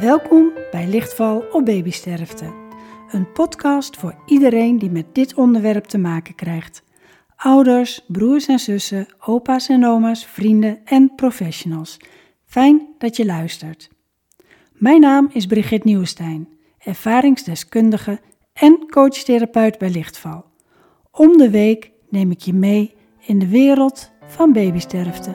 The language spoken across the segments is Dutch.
Welkom bij Lichtval op babysterfte. Een podcast voor iedereen die met dit onderwerp te maken krijgt. Ouders, broers en zussen, opa's en oma's, vrienden en professionals. Fijn dat je luistert. Mijn naam is Brigitte Nieuwenstein, ervaringsdeskundige en coachtherapeut bij Lichtval. Om de week neem ik je mee in de wereld van babysterfte.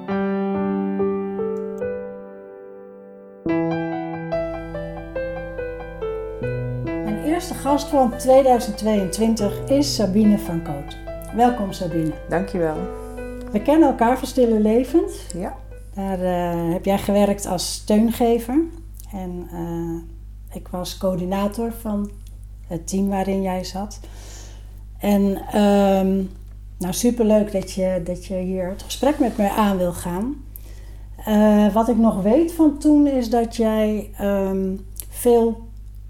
Mijn eerste gast van 2022 is Sabine van Koot. Welkom Sabine. Dankjewel. We kennen elkaar van Stille Levens. Ja. Daar heb jij gewerkt als steungever. En ik was coördinator van het team waarin jij zat. En superleuk dat je hier het gesprek met mij aan wil gaan. Wat ik nog weet van toen is dat jij veel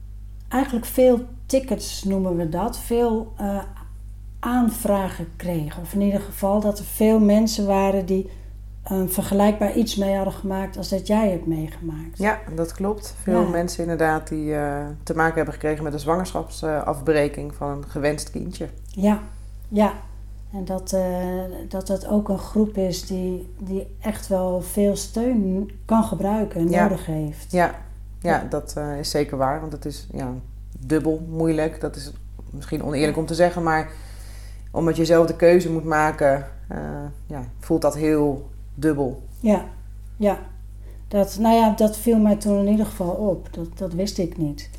tickets noemen we dat, veel aanvragen kreeg. Of in ieder geval dat er veel mensen waren die vergelijkbaar iets mee hadden gemaakt als dat jij hebt meegemaakt. Ja, dat klopt. Veel mensen inderdaad die te maken hebben gekregen met een zwangerschapsafbreking van een gewenst kindje. Ja. En dat ook een groep is die echt wel veel steun kan gebruiken en nodig heeft. Ja, dat is zeker waar. Want het is dubbel moeilijk. Dat is misschien oneerlijk om te zeggen. Maar omdat je zelf de keuze moet maken, voelt dat heel dubbel. Ja. Dat viel mij toen in ieder geval op. Dat wist ik niet.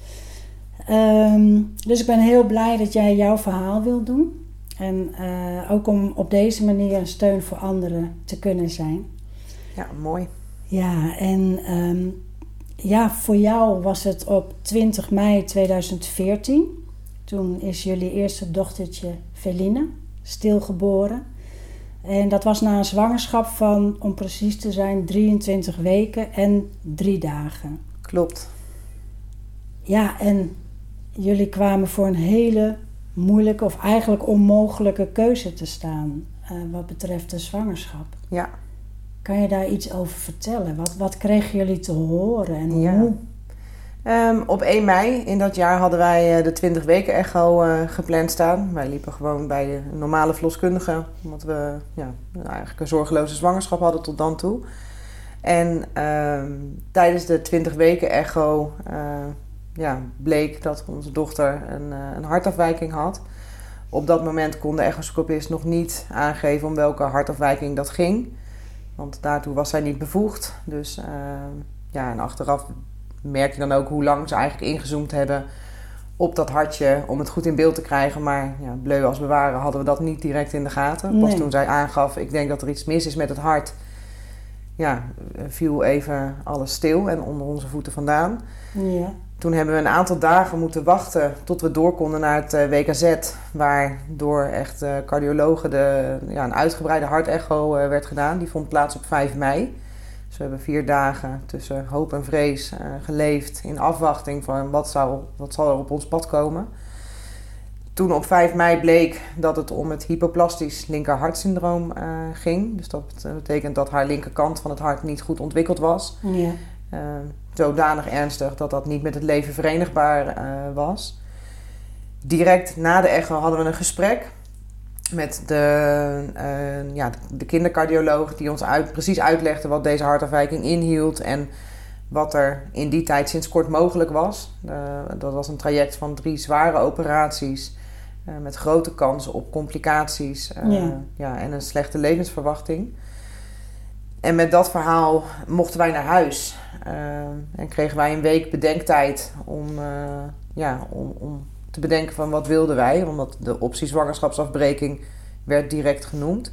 Dus ik ben heel blij dat jij jouw verhaal wilt doen. En ook om op deze manier een steun voor anderen te kunnen zijn. Ja, mooi. Ja, en voor jou was het op 20 mei 2014. Toen is jullie eerste dochtertje Feline stilgeboren. En dat was na een zwangerschap van, om precies te zijn, 23 weken en 3 dagen. Klopt. Ja, en jullie kwamen voor een hele moeilijke of eigenlijk onmogelijke keuze te staan wat betreft de zwangerschap. Ja. Kan je daar iets over vertellen? Wat kregen jullie te horen en hoe? Op 1 mei in dat jaar hadden wij de 20 weken echo gepland staan. Wij liepen gewoon bij de normale verloskundige, omdat we eigenlijk een zorgeloze zwangerschap hadden tot dan toe. En tijdens de 20 weken echo bleek dat onze dochter een hartafwijking had. Op dat moment kon de echoscopist nog niet aangeven om welke hartafwijking dat ging. Want daartoe was zij niet bevoegd. Dus en achteraf merk je dan ook hoe lang ze eigenlijk ingezoomd hebben op dat hartje om het goed in beeld te krijgen. Maar bleu als bewaren hadden we dat niet direct in de gaten. Nee. Pas toen zij aangaf, ik denk dat er iets mis is met het hart, viel even alles stil en onder onze voeten vandaan. Ja. Toen hebben we een aantal dagen moeten wachten tot we door konden naar het WKZ, waar door echt cardiologen een uitgebreide hartecho werd gedaan. Die vond plaats op 5 mei. Dus we hebben 4 dagen tussen hoop en vrees geleefd in afwachting van wat zal er op ons pad komen. Toen op 5 mei bleek dat het om het hypoplastisch linkerhartsyndroom ging. Dus dat betekent dat haar linkerkant van het hart niet goed ontwikkeld was. Ja. Zodanig ernstig dat dat niet met het leven verenigbaar was. Direct na de echo hadden we een gesprek met de kindercardioloog die ons precies uitlegde wat deze hartafwijking inhield en wat er in die tijd sinds kort mogelijk was. Dat was een traject van 3 zware operaties met grote kansen op complicaties en een slechte levensverwachting. En met dat verhaal mochten wij naar huis en kregen wij een week bedenktijd om te bedenken van wat wilden wij. Omdat de optie zwangerschapsafbreking werd direct genoemd.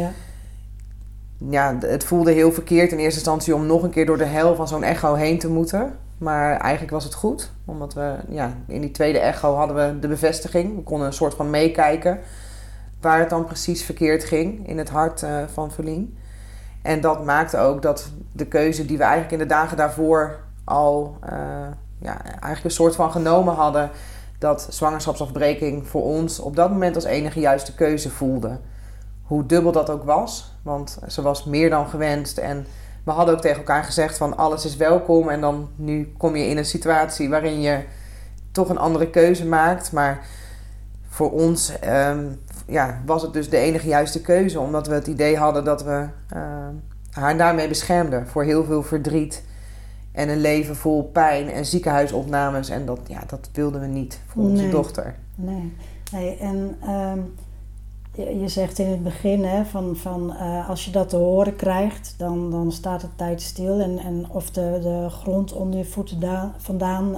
Ja, het voelde heel verkeerd in eerste instantie om nog een keer door de hel van zo'n echo heen te moeten. Maar eigenlijk was het goed. Omdat we in die tweede echo hadden we de bevestiging. We konden een soort van meekijken waar het dan precies verkeerd ging in het hart van Feline. En dat maakte ook dat de keuze die we eigenlijk in de dagen daarvoor al eigenlijk een soort van genomen hadden, dat zwangerschapsafbreking voor ons op dat moment als enige juiste keuze voelde. Hoe dubbel dat ook was, want ze was meer dan gewenst en we hadden ook tegen elkaar gezegd van alles is welkom. En dan nu kom je in een situatie waarin je toch een andere keuze maakt. Maar voor ons was het dus de enige juiste keuze. Omdat we het idee hadden dat we haar daarmee beschermden voor heel veel verdriet. En een leven vol pijn en ziekenhuisopnames. En dat wilden we niet voor onze dochter. Nee. En je zegt in het begin, hè, van als je dat te horen krijgt, dan staat de tijd stil. En of de grond onder je voeten vandaan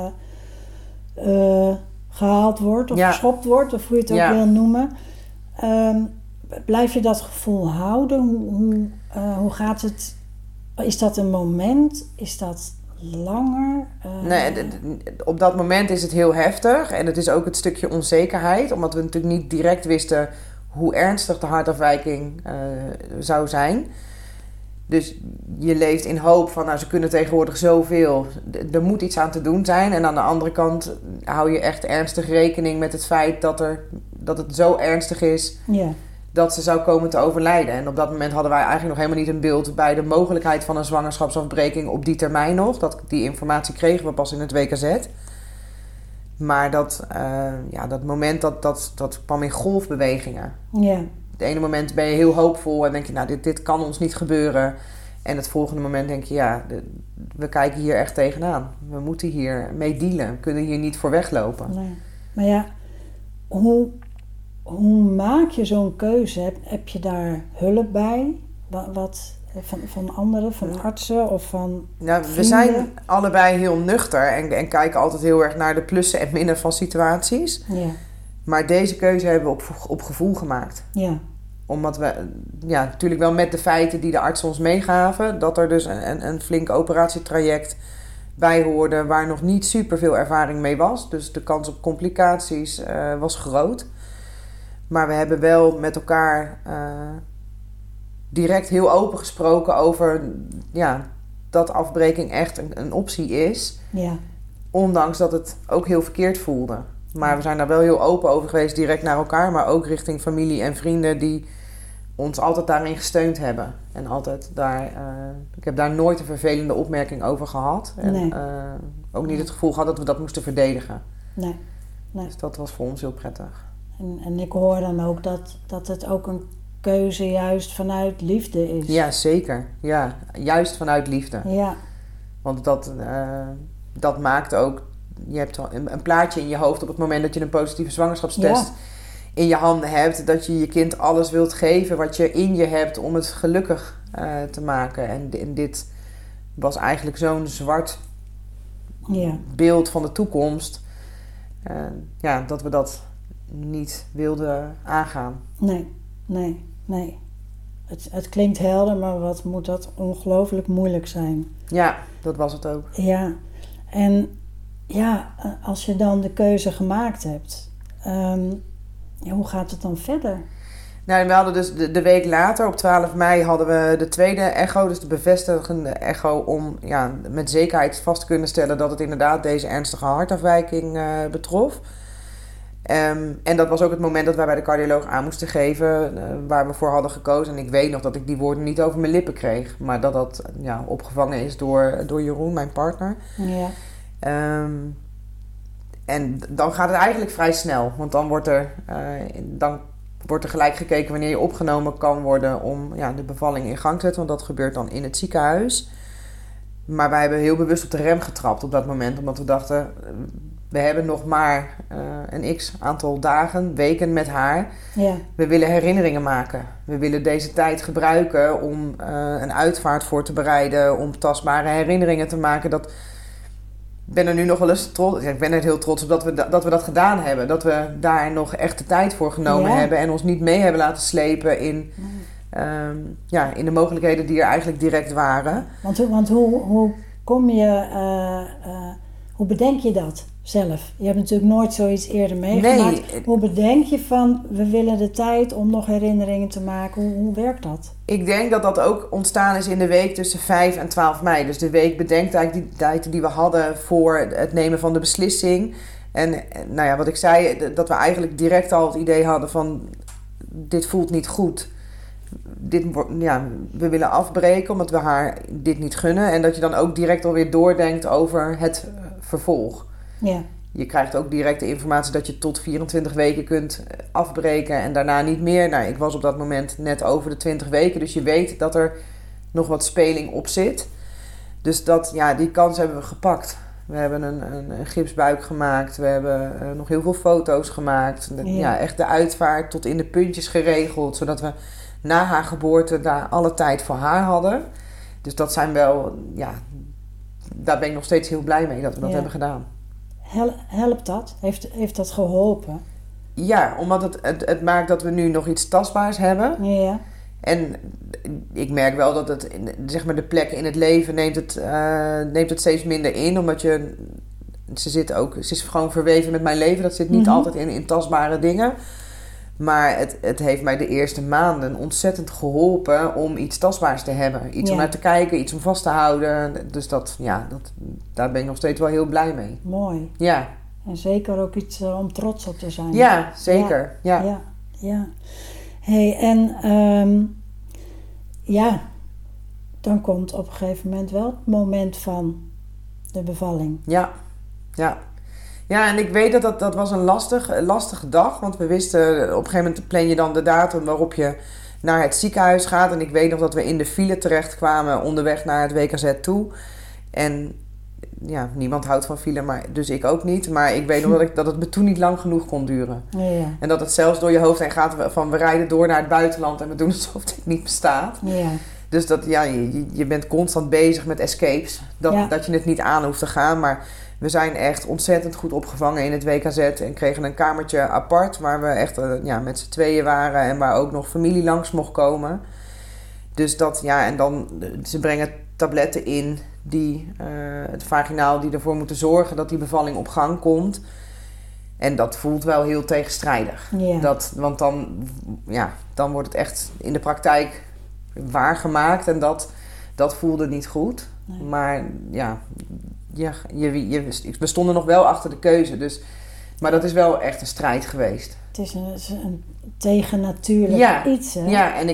gehaald wordt of geschopt wordt, of hoe je het ook wil noemen. Blijf je dat gevoel houden? Hoe gaat het? Is dat een moment? Is dat langer? Nee, op dat moment is het heel heftig. En het is ook het stukje onzekerheid. Omdat we natuurlijk niet direct wisten hoe ernstig de hartafwijking zou zijn. Dus je leeft in hoop van, ze kunnen tegenwoordig zoveel. Er moet iets aan te doen zijn. En aan de andere kant hou je echt ernstig rekening met het feit dat het zo ernstig is. Ja. Dat ze zou komen te overlijden. En op dat moment hadden wij eigenlijk nog helemaal niet een beeld bij de mogelijkheid van een zwangerschapsafbreking op die termijn nog. Die informatie kregen we pas in het WKZ. Maar dat moment dat kwam in golfbewegingen. Ja. Het ene moment ben je heel hoopvol en denk je, dit kan ons niet gebeuren. En het volgende moment denk je, we kijken hier echt tegenaan. We moeten hier mee dealen. We kunnen hier niet voor weglopen. Nee. Maar hoe maak je zo'n keuze? Heb je daar hulp bij? Wat van anderen, van artsen of van vrienden? We zijn allebei heel nuchter en kijken altijd heel erg naar de plussen en minnen van situaties. Ja. Maar deze keuze hebben we op gevoel gemaakt. Ja. Omdat we, natuurlijk wel met de feiten die de artsen ons meegaven, dat er dus een flink operatietraject bij hoorde waar nog niet superveel ervaring mee was. Dus de kans op complicaties was groot. Maar we hebben wel met elkaar direct heel open gesproken over dat afbreking echt een optie is. Ja. Ondanks dat het ook heel verkeerd voelde. Maar we zijn daar wel heel open over geweest, direct naar elkaar. Maar ook richting familie en vrienden die ons altijd daarin gesteund hebben. En altijd ik heb daar nooit een vervelende opmerking over gehad. En ook niet het gevoel gehad dat we dat moesten verdedigen. Nee. Dus dat was voor ons heel prettig. En ik hoor dan ook dat het ook een keuze juist vanuit liefde is. Ja, zeker. Ja, juist vanuit liefde. Ja. Want dat maakt ook... Je hebt een plaatje in je hoofd op het moment dat je een positieve zwangerschapstest in je handen hebt. Dat je je kind alles wilt geven wat je in je hebt om het gelukkig te maken. En dit was eigenlijk zo'n zwart beeld van de toekomst. Dat we dat niet wilden aangaan. Nee. Het klinkt helder, maar wat moet dat ongelooflijk moeilijk zijn. Ja, dat was het ook. Ja, en als je dan de keuze gemaakt hebt, hoe gaat het dan verder? Nou, we hadden dus de week later, op 12 mei, hadden we de tweede echo, dus de bevestigende echo, om met zekerheid vast te kunnen stellen dat het inderdaad deze ernstige hartafwijking betrof. En dat was ook het moment dat wij bij de cardioloog aan moesten geven waar we voor hadden gekozen. En ik weet nog dat ik die woorden niet over mijn lippen kreeg, maar dat opgevangen is door Jeroen, mijn partner. Ja. En dan gaat het eigenlijk vrij snel, want dan wordt er gelijk gekeken wanneer je opgenomen kan worden om de bevalling in gang te zetten, want dat gebeurt dan in het ziekenhuis. Maar wij hebben heel bewust op de rem getrapt op dat moment, omdat we dachten, we hebben nog maar een x-aantal dagen, weken met haar. Ja. We willen herinneringen maken. We willen deze tijd gebruiken om een uitvaart voor te bereiden, om tastbare herinneringen te maken. Ik ben er nu nog wel eens trots. Ik ben er heel trots op dat we dat gedaan hebben. Dat we daar nog echt de tijd voor genomen hebben en ons niet mee hebben laten slepen in de mogelijkheden die er eigenlijk direct waren. Want hoe kom je, hoe bedenk je dat zelf? Je hebt natuurlijk nooit zoiets eerder meegemaakt. Nee. Hoe bedenk je van, we willen de tijd om nog herinneringen te maken? Hoe werkt dat? Ik denk dat ook ontstaan is in de week tussen 5 en 12 mei. Dus de week bedenktijd die we hadden voor het nemen van de beslissing. En wat ik zei, dat we eigenlijk direct al het idee hadden van, dit voelt niet goed. we willen afbreken omdat we haar dit niet gunnen. En dat je dan ook direct alweer doordenkt over het vervolg. Ja. Je krijgt ook direct de informatie dat je tot 24 weken kunt afbreken en daarna niet meer. Nou, ik was op dat moment net over de 20 weken, dus je weet dat er nog wat speling op zit. Dus die kans hebben we gepakt. We hebben een gipsbuik gemaakt. We hebben nog heel veel foto's gemaakt. Echt de uitvaart tot in de puntjes geregeld. Zodat we na haar geboorte daar alle tijd voor haar hadden. Dus dat zijn wel... Ja, daar ben ik nog steeds heel blij mee dat we dat hebben gedaan. Helpt dat? Heeft dat geholpen? Ja, omdat het maakt dat we nu nog iets tastbaars hebben. Ja. En ik merk wel dat het, zeg maar, de plek in het leven neemt het steeds minder in. Omdat ze is gewoon verweven met mijn leven. Dat zit niet altijd in tastbare dingen. Maar het heeft mij de eerste maanden ontzettend geholpen om iets tastbaars te hebben. Iets om naar te kijken, iets om vast te houden. Dus daar ben ik nog steeds wel heel blij mee. Mooi. Ja. En zeker ook iets om trots op te zijn. Ja, zeker. Ja. Hey, en dan komt op een gegeven moment wel het moment van de bevalling. Ja. Ja, en ik weet dat was een lastige dag. Want we wisten, op een gegeven moment plan je dan de datum waarop je naar het ziekenhuis gaat. En ik weet nog dat we in de file terechtkwamen onderweg naar het WKZ toe. En ja, niemand houdt van file, dus ik ook niet. Maar ik weet nog dat het me toen niet lang genoeg kon duren. Ja. En dat het zelfs door je hoofd heen gaat van we rijden door naar het buitenland en we doen alsof dit niet bestaat. Ja. Dus je bent constant bezig met escapes. Dat je het niet aan hoeft te gaan. Maar we zijn echt ontzettend goed opgevangen in het WKZ. En kregen een kamertje apart waar we echt met z'n tweeën waren. En waar ook nog familie langs mocht komen. Dus en dan ze brengen tabletten in het vaginaal die ervoor moeten zorgen dat die bevalling op gang komt. En dat voelt wel heel tegenstrijdig. Ja. Want dan wordt het echt in de praktijk waargemaakt en dat voelde niet goed. Nee. Maar we stonden nog wel achter de keuze. Maar dat is wel echt een strijd geweest. Het is een tegennatuurlijk iets. Hè? Ja, en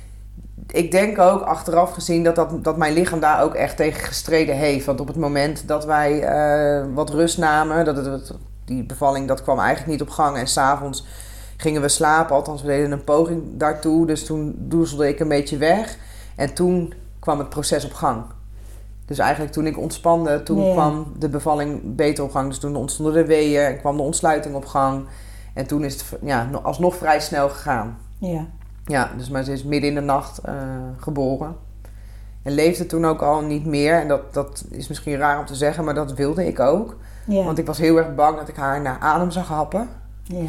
ik denk ook achteraf gezien dat mijn lichaam daar ook echt tegen gestreden heeft. Want op het moment dat wij wat rust namen, die bevalling dat kwam eigenlijk niet op gang. En 's avonds gingen we slapen, althans we deden een poging daartoe. Dus toen doezelde ik een beetje weg. En toen kwam het proces op gang. Dus eigenlijk toen ik ontspande, kwam de bevalling beter op gang. Dus toen ontstonden de weeën en kwam de ontsluiting op gang. En toen is het alsnog vrij snel gegaan. Ja. Ja, maar ze is midden in de nacht geboren. En leefde toen ook al niet meer. En dat is misschien raar om te zeggen, maar dat wilde ik ook. Ja. Want ik was heel erg bang dat ik haar naar adem zag happen. Ja.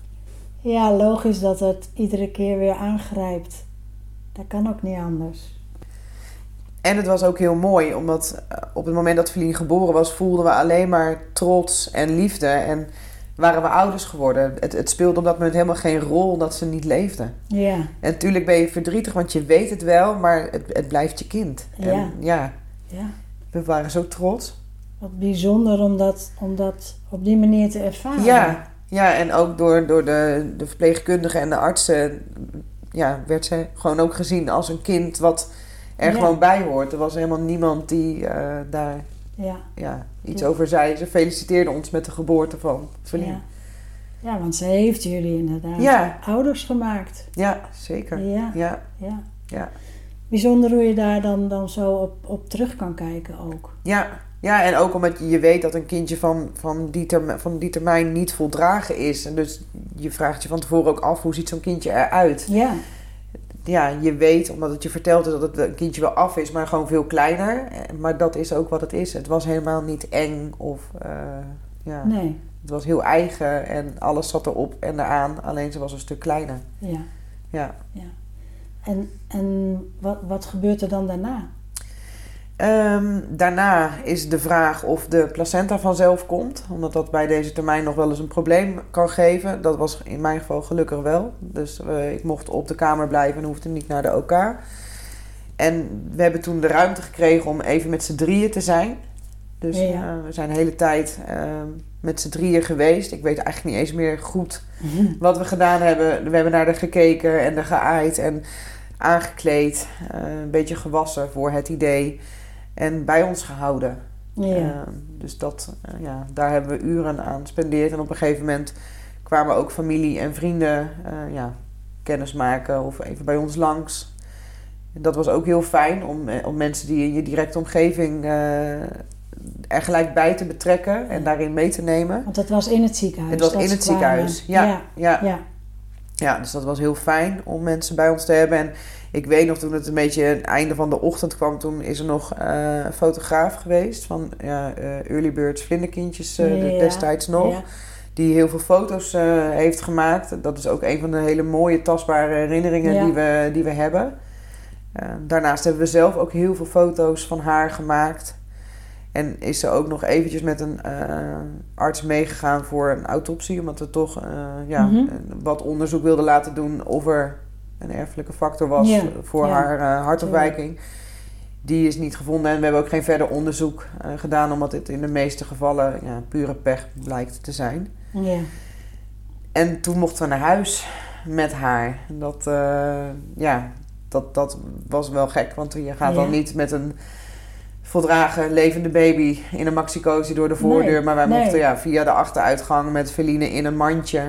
Ja, logisch dat het iedere keer weer aangrijpt. Dat kan ook niet anders. En het was ook heel mooi, omdat op het moment dat Feline geboren was, voelden we alleen maar trots en liefde. En waren we ouders geworden. Het speelde op dat moment helemaal geen rol dat ze niet leefde. Ja. En natuurlijk ben je verdrietig, want je weet het wel, maar het blijft je kind. Ja. En we waren zo trots. Wat bijzonder om dat op die manier te ervaren. Ja, en ook door de verpleegkundigen en de artsen werd ze gewoon ook gezien als een kind wat er gewoon bij hoort. Er was helemaal niemand die daar iets over zei. Ze feliciteerden ons met de geboorte van Feline. Ja, want ze heeft jullie inderdaad ouders gemaakt. Ja, zeker. Ja. Bijzonder hoe je daar dan zo op terug kan kijken ook. Ja, en ook omdat je weet dat een kindje van die termijn niet voldragen is. En dus je vraagt je van tevoren ook af, hoe ziet zo'n kindje eruit? Ja. Ja, je weet, omdat het je vertelt dat het een kindje wel af is, maar gewoon veel kleiner. Maar dat is ook wat het is. Het was helemaal niet eng of... Nee. Het was heel eigen en alles zat erop en eraan. Alleen ze was een stuk kleiner. Ja. En wat gebeurt er dan daarna? Daarna is de vraag of de placenta vanzelf komt. Omdat dat bij deze termijn nog wel eens een probleem kan geven. Dat was in mijn geval gelukkig wel. Dus ik mocht op de kamer blijven en hoefde niet naar de OK. En we hebben toen de ruimte gekregen om even met z'n drieën te zijn. Dus we zijn de hele tijd met z'n drieën geweest. Ik weet eigenlijk niet eens meer goed wat we gedaan hebben. We hebben naar haar gekeken en er geaaid. En aangekleed, een beetje gewassen voor het idee en bij ons gehouden. Ja. Dus daar hebben we uren aan gespendeerd. En op een gegeven moment kwamen ook familie en vrienden kennis maken of even bij ons langs. En dat was ook heel fijn om mensen die in je directe omgeving er gelijk bij te betrekken en daarin mee te nemen. Want het was in het ziekenhuis. Het was in het ziekenhuis, ja, dus dat was heel fijn om mensen bij ons te hebben. En ik weet nog, toen het een beetje het einde van de ochtend kwam, toen is er nog een fotograaf geweest van Early Birds Vlinderkindjes destijds nog. Ja. Die heel veel foto's heeft gemaakt. Dat is ook een van de hele mooie tastbare herinneringen die we hebben. Daarnaast hebben we zelf ook heel veel foto's van haar gemaakt. En is ze ook nog eventjes met een arts meegegaan voor een autopsie. Omdat we toch wat onderzoek wilden laten doen of er een erfelijke factor was voor haar hartafwijking. Die is niet gevonden en we hebben ook geen verder onderzoek gedaan. Omdat dit in de meeste gevallen pure pech blijkt te zijn. Ja. En toen mochten we naar huis met haar. Dat was wel gek. Want je gaat dan niet met een voldragen levende baby in een maxicosi door de voordeur. Nee, maar wij mochten via de achteruitgang met Feline in een mandje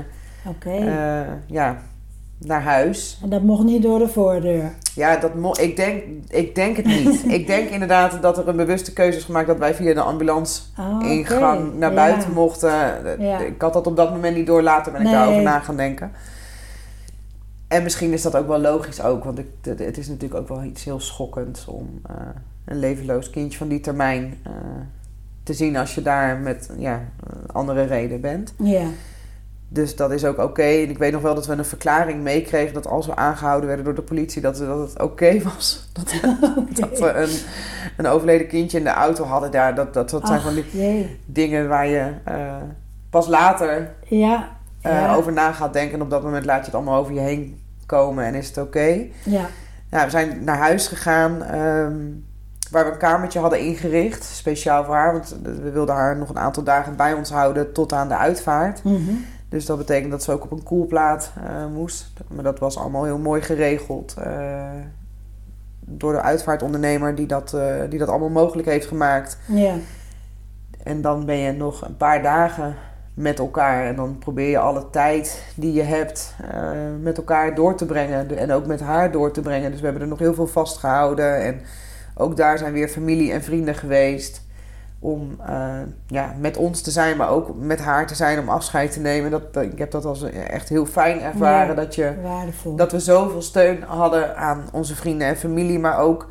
naar huis. En dat mocht niet door de voordeur? Ja, ik denk het niet. Ik denk inderdaad dat er een bewuste keuze is gemaakt dat wij via de ambulance ingang naar buiten mochten. Ja. Ik had dat op dat moment niet door, later ben ik daarover na gaan denken. En misschien is dat ook wel logisch ook, want het is natuurlijk ook wel iets heel schokkends om een levenloos kindje van die termijn te zien als je daar met andere reden bent. Ja. Dus dat is ook oké. En ik weet nog wel dat we een verklaring meekregen dat als we aangehouden werden door de politie, dat het oké was. Dat we een overleden kindje in de auto hadden daar. Dat zijn van die dingen waar je pas later over na gaat denken. En op dat moment laat je het allemaal over je heen komen en is het oké. Ja. Nou, we zijn naar huis gegaan waar we een kamertje hadden ingericht. Speciaal voor haar, want we wilden haar nog een aantal dagen bij ons houden tot aan de uitvaart. Mm-hmm. Dus dat betekent dat ze ook op een koelplaat moest. Maar dat was allemaal heel mooi geregeld door de uitvaartondernemer die dat allemaal mogelijk heeft gemaakt. Ja. En dan ben je nog een paar dagen met elkaar. En dan probeer je alle tijd die je hebt met elkaar door te brengen. En ook met haar door te brengen. Dus we hebben er nog heel veel vastgehouden. En ook daar zijn weer familie en vrienden geweest. Om met ons te zijn, maar ook met haar te zijn om afscheid te nemen. Ik heb dat als echt heel fijn ervaren. Dat we zoveel steun hadden aan onze vrienden en familie. Maar ook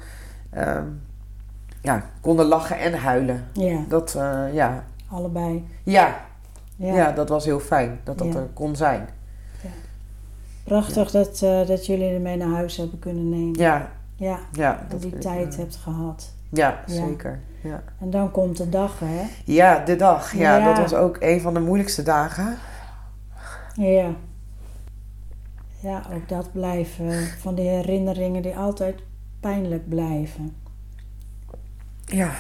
konden lachen en huilen. Ja. Allebei. Ja, dat was heel fijn dat er kon zijn. Ja. Prachtig dat jullie ermee naar huis hebben kunnen nemen. Ja, dat die tijd hebt gehad. Ja, zeker. Ja. En dan komt de dag, hè? Ja, de dag. Ja, dat was ook een van de moeilijkste dagen. Ja. Ja, ook dat blijven van die herinneringen die altijd pijnlijk blijven. Ja.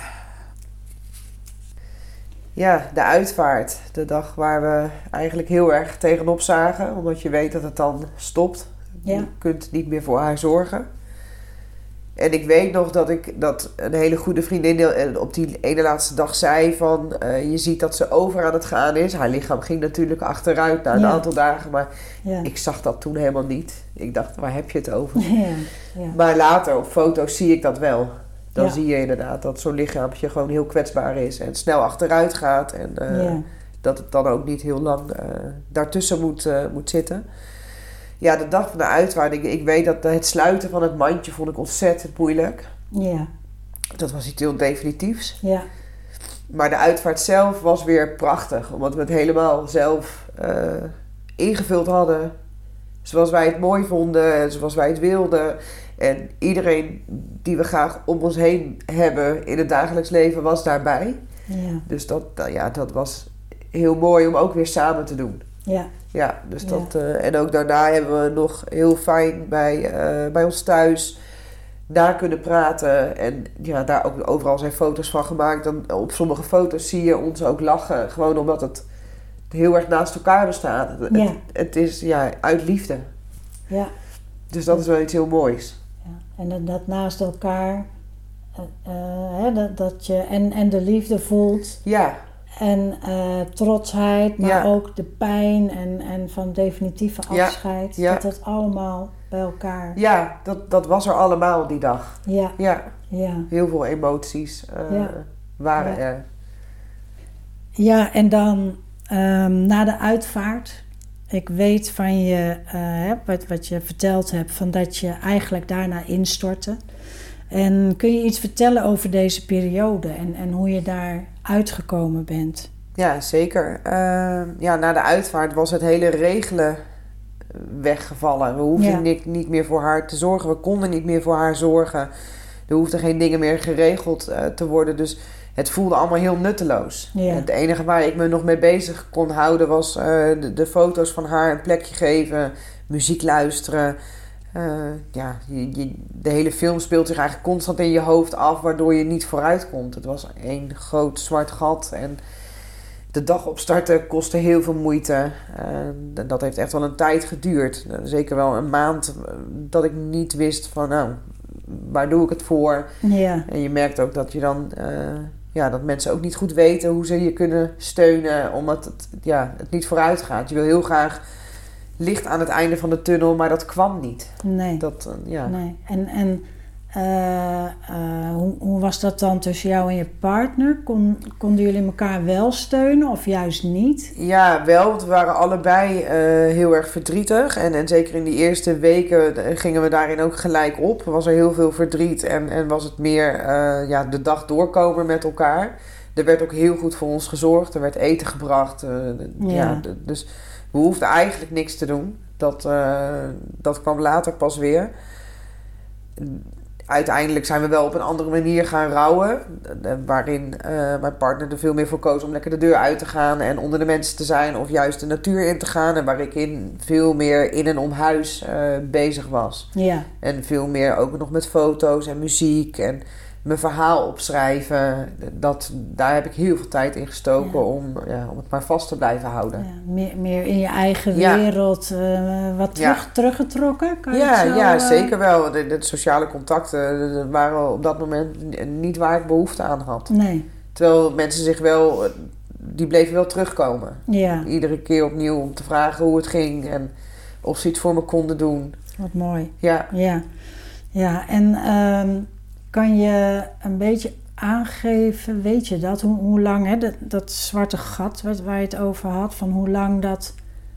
Ja, de uitvaart. De dag waar we eigenlijk heel erg tegenop zagen. Omdat je weet dat het dan stopt. Ja. Je kunt niet meer voor haar zorgen. En ik weet nog dat een hele goede vriendin op die ene laatste dag zei van... je ziet dat ze over aan het gaan is. Haar lichaam ging natuurlijk achteruit na een aantal dagen. Maar ik zag dat toen helemaal niet. Ik dacht, waar heb je het over? Ja. Maar later op foto's zie ik dat wel. Dan zie je inderdaad dat zo'n lichaampje gewoon heel kwetsbaar is. En snel achteruit gaat. En dat het dan ook niet heel lang daartussen moet zitten. Ja, de dag van de uitvaart. Ik weet dat het sluiten van het mandje vond ik ontzettend moeilijk. Ja. Dat was iets heel definitiefs. Ja. Maar de uitvaart zelf was weer prachtig. Omdat we het helemaal zelf ingevuld hadden. Zoals wij het mooi vonden. Zoals wij het wilden. En iedereen die we graag om ons heen hebben in het dagelijks leven was daarbij. Ja. Dus dat was heel mooi om ook weer samen te doen. Ja. Ja, dus dat... en ook daarna hebben we nog heel fijn bij ons thuis daar kunnen praten. En daar ook overal zijn foto's van gemaakt. En op sommige foto's zie je ons ook lachen. Gewoon omdat het heel erg naast elkaar bestaat. Het is uit liefde. Ja. Dus dat is wel iets heel moois. En dat naast elkaar, dat je en de liefde voelt. Ja. En trotsheid, maar Ja. ook de pijn en van definitieve afscheid. Ja. Dat het allemaal bij elkaar. Ja, dat was er allemaal die dag. Ja. Ja, Ja. heel veel emoties waren er. Ja, en dan na de uitvaart. Ik weet van je, wat je verteld hebt, van dat je eigenlijk daarna instortte. En kun je iets vertellen over deze periode en hoe je daar uitgekomen bent? Ja, zeker. Na de uitvaart was het hele regelen weggevallen. We hoefden niet meer voor haar te zorgen. We konden niet meer voor haar zorgen. Er hoefden geen dingen meer geregeld te worden. Dus het voelde allemaal heel nutteloos. Ja. Het enige waar ik me nog mee bezig kon houden was de foto's van haar een plekje geven. Muziek luisteren. De hele film speelt zich eigenlijk constant in je hoofd af, waardoor je niet vooruit komt. Het was één groot zwart gat en de dag opstarten kostte heel veel moeite. Dat heeft echt wel een tijd geduurd. Zeker wel een maand dat ik niet wist van, waar doe ik het voor? Ja. En je merkt ook dat je dan, dat mensen ook niet goed weten hoe ze je kunnen steunen, omdat het niet vooruit gaat. Je wil heel graag licht aan het einde van de tunnel, maar dat kwam niet. Nee. Nee. En hoe was dat dan tussen jou en je partner? Konden jullie elkaar wel steunen of juist niet? Ja, wel. Want we waren allebei heel erg verdrietig. En zeker in die eerste weken gingen we daarin ook gelijk op. Was er heel veel verdriet en was het meer de dag doorkomen met elkaar. Er werd ook heel goed voor ons gezorgd. Er werd eten gebracht. Dus we hoefden eigenlijk niks te doen. Dat kwam later pas weer. Uiteindelijk zijn we wel op een andere manier gaan rouwen. Waarin mijn partner er veel meer voor koos om lekker de deur uit te gaan en onder de mensen te zijn. Of juist de natuur in te gaan. En waar ik veel meer in en om huis bezig was. Ja. En veel meer ook nog met foto's en muziek en mijn verhaal opschrijven. Daar heb ik heel veel tijd in gestoken om het maar vast te blijven houden. Ja, meer in je eigen wereld, wat teruggetrokken? Kan je Ja, zeker wel. De sociale contacten waren op dat moment niet waar ik behoefte aan had. Nee. Terwijl mensen die bleven wel terugkomen. Ja. Iedere keer opnieuw om te vragen hoe het ging en of ze iets voor me konden doen. Wat mooi. Ja. Ja, en kan je een beetje aangeven, weet je dat, hoe lang, dat zwarte gat waar je het over had, van hoe lang dat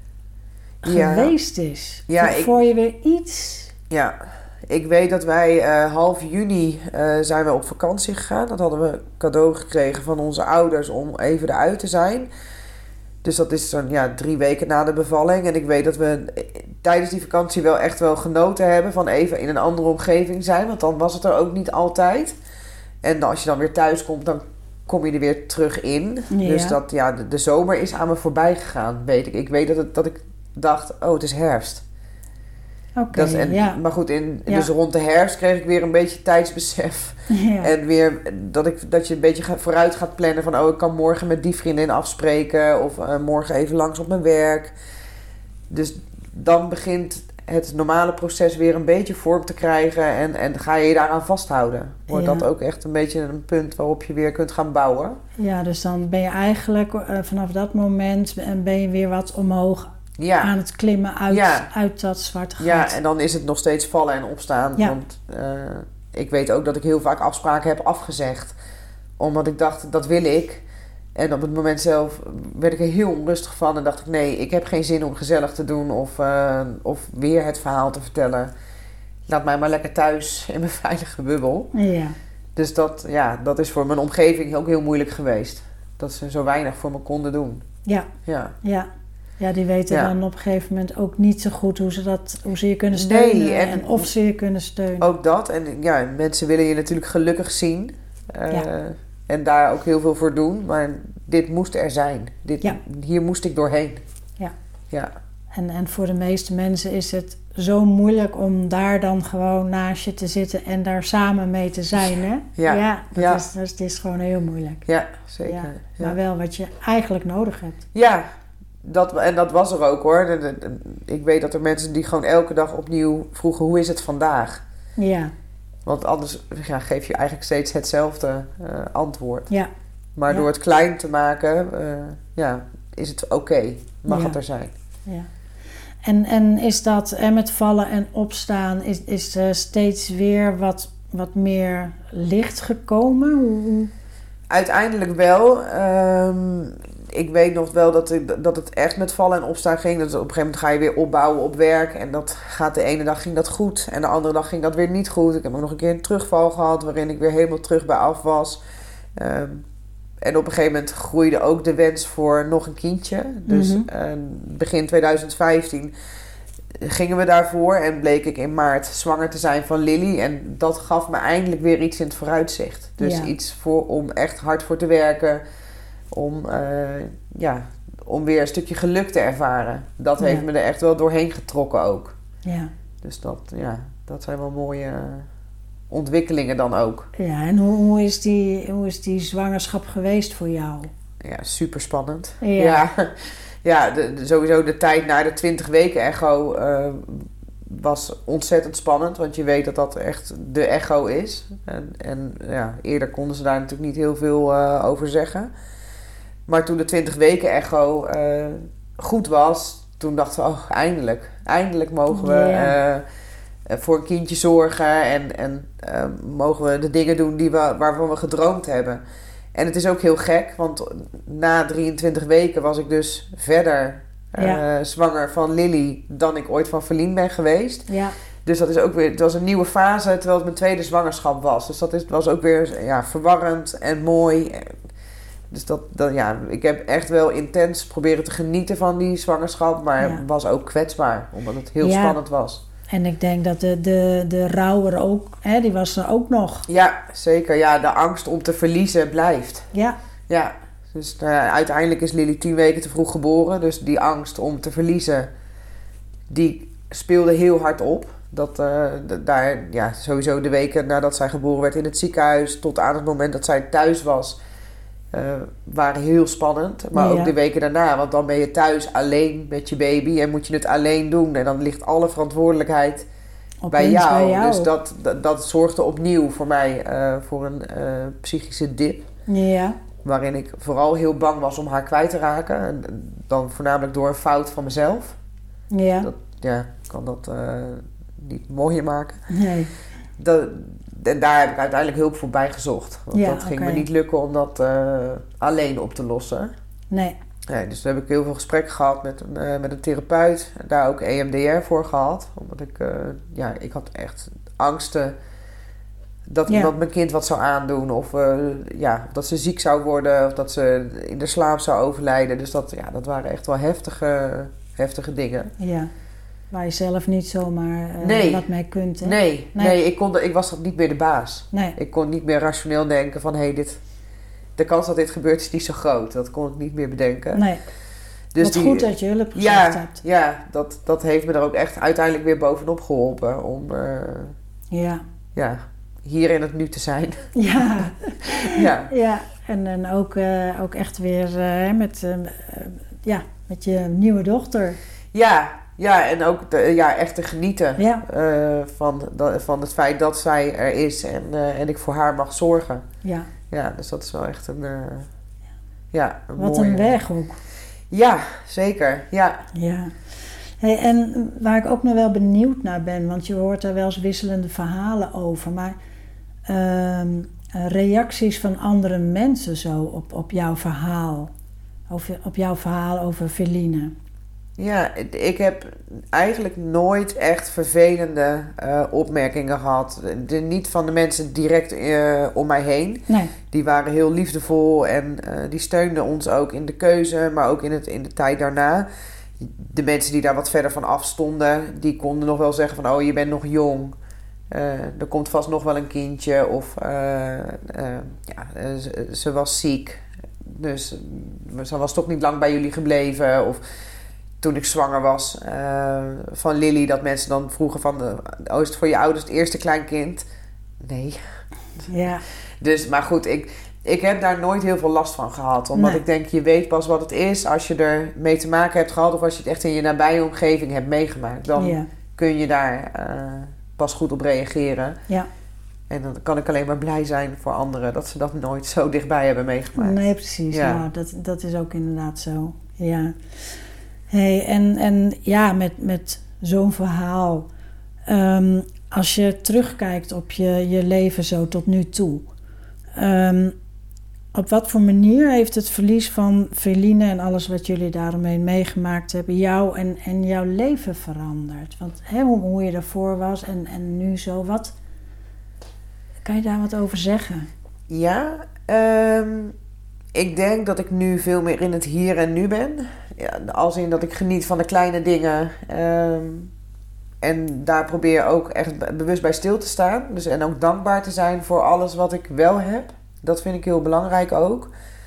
geweest is? Voor je weer iets? Ja, ik weet dat wij half juni zijn we op vakantie gegaan. Dat hadden we cadeau gekregen van onze ouders om even eruit te zijn. Dus dat is zo'n 3 weken na de bevalling. En ik weet dat we tijdens die vakantie wel echt wel genoten hebben van even in een andere omgeving zijn. Want dan was het er ook niet altijd. En als je dan weer thuis komt, dan kom je er weer terug in. Ja. Dus de zomer is aan me voorbij gegaan, weet ik. Ik weet dat ik dacht, het is herfst. Okay, maar goed, dus rond de herfst kreeg ik weer een beetje tijdsbesef. Ja. En weer dat je een beetje vooruit gaat plannen van, ik kan morgen met die vriendin afspreken. Of morgen even langs op mijn werk. Dus dan begint het normale proces weer een beetje vorm te krijgen. En ga je daaraan vasthouden. Wordt dat ook echt een beetje een punt waarop je weer kunt gaan bouwen. Ja, dus dan ben je eigenlijk vanaf dat moment ben je weer wat omhoog aan het klimmen uit dat zwarte gat. Ja, en dan is het nog steeds vallen en opstaan. Ja. Want ik weet ook dat ik heel vaak afspraken heb afgezegd. Omdat ik dacht, dat wil ik. En op het moment zelf werd ik er heel onrustig van. En dacht ik, nee, ik heb geen zin om gezellig te doen. Of weer het verhaal te vertellen. Laat mij maar lekker thuis in mijn veilige bubbel. Ja. Dus dat is voor mijn omgeving ook heel moeilijk geweest. Dat ze zo weinig voor me konden doen. Ja, die weten dan op een gegeven moment ook niet zo goed hoe ze je kunnen steunen en of ze je kunnen steunen. Ook dat. En mensen willen je natuurlijk gelukkig zien. En daar ook heel veel voor doen. Maar dit moest er zijn. Hier moest ik doorheen. Ja. En voor de meeste mensen is het zo moeilijk om daar dan gewoon naast je te zitten en daar samen mee te zijn. Hè? Het is gewoon heel moeilijk. Ja, zeker. Ja. Maar wel wat je eigenlijk nodig hebt. Ja, dat was er ook hoor. Ik weet dat er mensen die gewoon elke dag opnieuw vroegen, hoe is het vandaag? Ja. Want anders geef je eigenlijk steeds hetzelfde antwoord. Ja. Maar door het klein te maken, is het oké. Mag het er zijn. Ja. En is dat met vallen en opstaan, is steeds weer wat meer licht gekomen? Uiteindelijk wel. Ik weet nog wel dat het echt met vallen en opstaan ging. Dat op een gegeven moment ga je weer opbouwen op werk. En dat gaat de ene dag ging dat goed. En de andere dag ging dat weer niet goed. Ik heb ook nog een keer een terugval gehad waarin ik weer helemaal terug bij af was. En op een gegeven moment groeide ook de wens voor nog een kindje. Dus begin 2015 gingen we daarvoor en bleek ik in maart zwanger te zijn van Lily. En dat gaf me eindelijk weer iets in het vooruitzicht. Dus iets om echt hard voor te werken. Om weer een stukje geluk te ervaren. Dat heeft me er echt wel doorheen getrokken ook. Ja. Dus dat zijn wel mooie ontwikkelingen dan ook. Ja, en hoe is die zwangerschap geweest voor jou? Ja, super spannend. Sowieso de tijd na de 20 weken echo was ontzettend spannend. Want je weet dat dat echt de echo is. En eerder konden ze daar natuurlijk niet heel veel over zeggen. Maar toen de 20 weken echo goed was, toen dachten we, eindelijk mogen we voor een kindje zorgen en mogen we de dingen doen waarvan we gedroomd hebben. En het is ook heel gek, want na 23 weken was ik dus verder zwanger van Lily dan ik ooit van Feline ben geweest. Ja. Dus dat is ook weer, het was een nieuwe fase terwijl het mijn tweede zwangerschap was. Dus dat was ook weer verwarrend en mooi. Dus ik heb echt wel intens proberen te genieten van die zwangerschap, maar was ook kwetsbaar, omdat het heel spannend was. En ik denk dat de rouw er ook, die was er ook nog. Ja, zeker. Ja, de angst om te verliezen blijft. Ja. Ja, dus uiteindelijk is Lily 10 weken te vroeg geboren. Dus die angst om te verliezen, die speelde heel hard op. Sowieso de weken nadat zij geboren werd in het ziekenhuis tot aan het moment dat zij thuis was, waren heel spannend. Maar ook de weken daarna, want dan ben je thuis alleen met je baby en moet je het alleen doen. En dan ligt alle verantwoordelijkheid bij jou. Dus dat zorgde opnieuw voor mij voor een psychische dip. Ja. Waarin ik vooral heel bang was om haar kwijt te raken. En dan voornamelijk door een fout van mezelf. Ja. Ik kan dat niet mooier maken. Nee. En daar heb ik uiteindelijk hulp voor bij gezocht. Want dat ging me niet lukken om dat alleen op te lossen. Nee. Dus toen heb ik heel veel gesprekken gehad met een therapeut. Daar ook EMDR voor gehad. Omdat ik had echt angsten dat iemand mijn kind wat zou aandoen. Of dat ze ziek zou worden. Of dat ze in de slaap zou overlijden. Dus dat waren echt wel heftige dingen. Ja. Waar je zelf niet zomaar wat mee kunt. Hè? Nee, ik was dat niet meer de baas. Nee. Ik kon niet meer rationeel denken van de kans dat dit gebeurt is niet zo groot. Dat kon ik niet meer bedenken. Nee. Dus goed dat je hulp gezegd hebt. Ja, dat heeft me er ook echt uiteindelijk weer bovenop geholpen om hier in het nu te zijn. Ja. Ja. En dan ook echt weer met je nieuwe dochter. Ja, en ook echt te genieten van het feit dat zij er is en ik voor haar mag zorgen. Ja, dus dat is wel echt een wat mooie... een weg ook. Ja, zeker. Ja. Hey, en waar ik ook nog wel benieuwd naar ben, want je hoort daar wel eens wisselende verhalen over, maar reacties van andere mensen zo op jouw verhaal, op jouw verhaal over Feline. Ja, ik heb eigenlijk nooit echt vervelende opmerkingen gehad. Niet van de mensen direct om mij heen. Nee. Die waren heel liefdevol en die steunden ons ook in de keuze, maar ook in de tijd daarna. De mensen die daar wat verder van afstonden, die konden nog wel zeggen van je bent nog jong. Er komt vast nog wel een kindje of ze was ziek. Dus ze was toch niet lang bij jullie gebleven of... Toen ik zwanger was van Lily, dat mensen dan vroegen van... is het voor je ouders het eerste kleinkind? Nee. Ja. Dus, maar goed, ik heb daar nooit heel veel last van gehad. Omdat ik denk, je weet pas wat het is als je er mee te maken hebt gehad... of als je het echt in je nabije omgeving hebt meegemaakt. Dan kun je daar pas goed op reageren. Ja. En dan kan ik alleen maar blij zijn voor anderen dat ze dat nooit zo dichtbij hebben meegemaakt. Nee, precies. Ja. Nou, dat is ook inderdaad zo. Ja. Hey, en ja, met zo'n verhaal. Als je terugkijkt op je leven zo tot nu toe. Op wat voor manier heeft het verlies van Feline en alles wat jullie daaromheen meegemaakt hebben jou en jouw leven veranderd? Want hoe je daarvoor was en nu zo, wat kan je daar wat over zeggen? Ja, ik denk dat ik nu veel meer in het hier en nu ben. Ja, als in dat ik geniet van de kleine dingen. En daar probeer ook echt bewust bij stil te staan. Dus, en ook dankbaar te zijn voor alles wat ik wel heb. Dat vind ik heel belangrijk ook.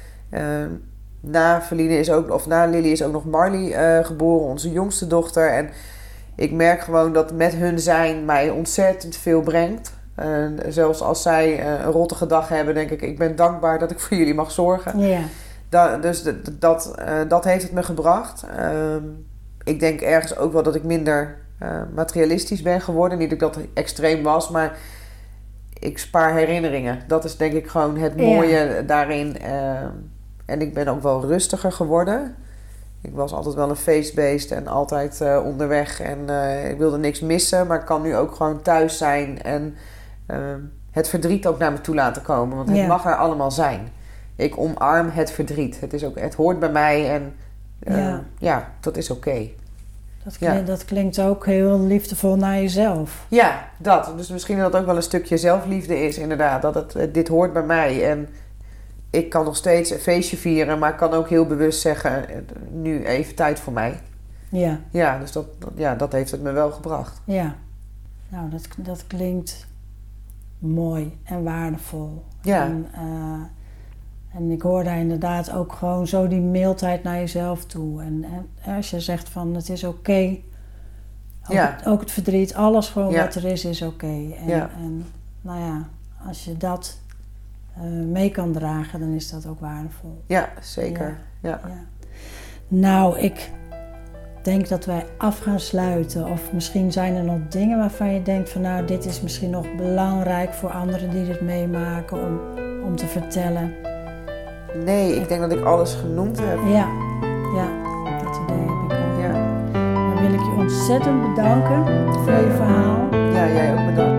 Na Lily is ook nog Marley geboren, onze jongste dochter. En ik merk gewoon dat met hun zijn mij ontzettend veel brengt. Zelfs als zij een rottige dag hebben, denk ik ben dankbaar dat ik voor jullie mag zorgen. Ja. Dus dat heeft het me gebracht. Ik denk ergens ook wel dat ik minder materialistisch ben geworden. Niet dat ik dat extreem was, maar ik spaar herinneringen. Dat is denk ik gewoon het mooie daarin. En ik ben ook wel rustiger geworden. Ik was altijd wel een feestbeest en altijd onderweg. En ik wilde niks missen, maar ik kan nu ook gewoon thuis zijn. En het verdriet ook naar me toe laten komen. Want het mag er allemaal zijn. Ik omarm het verdriet. Het hoort bij mij en dat is oké. Dat klinkt ook heel liefdevol naar jezelf. Ja, dat. Dus misschien dat het ook wel een stukje zelfliefde is, inderdaad. Dat dit hoort bij mij. En ik kan nog steeds een feestje vieren, maar ik kan ook heel bewust zeggen, nu even tijd voor mij. Ja. Ja, dus dat heeft het me wel gebracht. Ja. Nou, dat klinkt mooi en waardevol. Ja. En ik hoor daar inderdaad ook gewoon zo die mildheid naar jezelf toe. En als je zegt van het is oké. Ook het verdriet, alles gewoon wat er is oké. En nou ja, als je dat mee kan dragen, dan is dat ook waardevol. Ja, zeker. Ja. Nou, ik denk dat wij af gaan sluiten. Of misschien zijn er nog dingen waarvan je denkt van nou, dit is misschien nog belangrijk voor anderen die dit meemaken om te vertellen. Nee, ik denk dat ik alles genoemd heb. Ja, dat idee heb ik ook. Ja. Dan wil ik je ontzettend bedanken voor je verhaal. Ja, jij ook bedankt.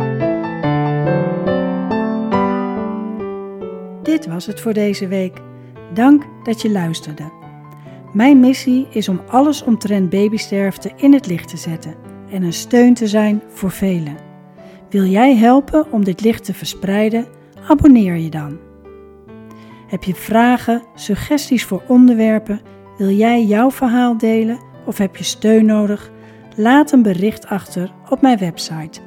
Dit was het voor deze week. Dank dat je luisterde. Mijn missie is om alles omtrent babysterfte in het licht te zetten en een steun te zijn voor velen. Wil jij helpen om dit licht te verspreiden? Abonneer je dan. Heb je vragen, suggesties voor onderwerpen? Wil jij jouw verhaal delen of heb je steun nodig? Laat een bericht achter op mijn website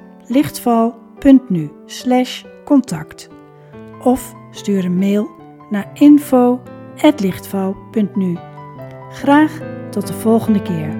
lichtval.nu/contact of stuur een mail naar info@lichtval.nu. Graag tot de volgende keer.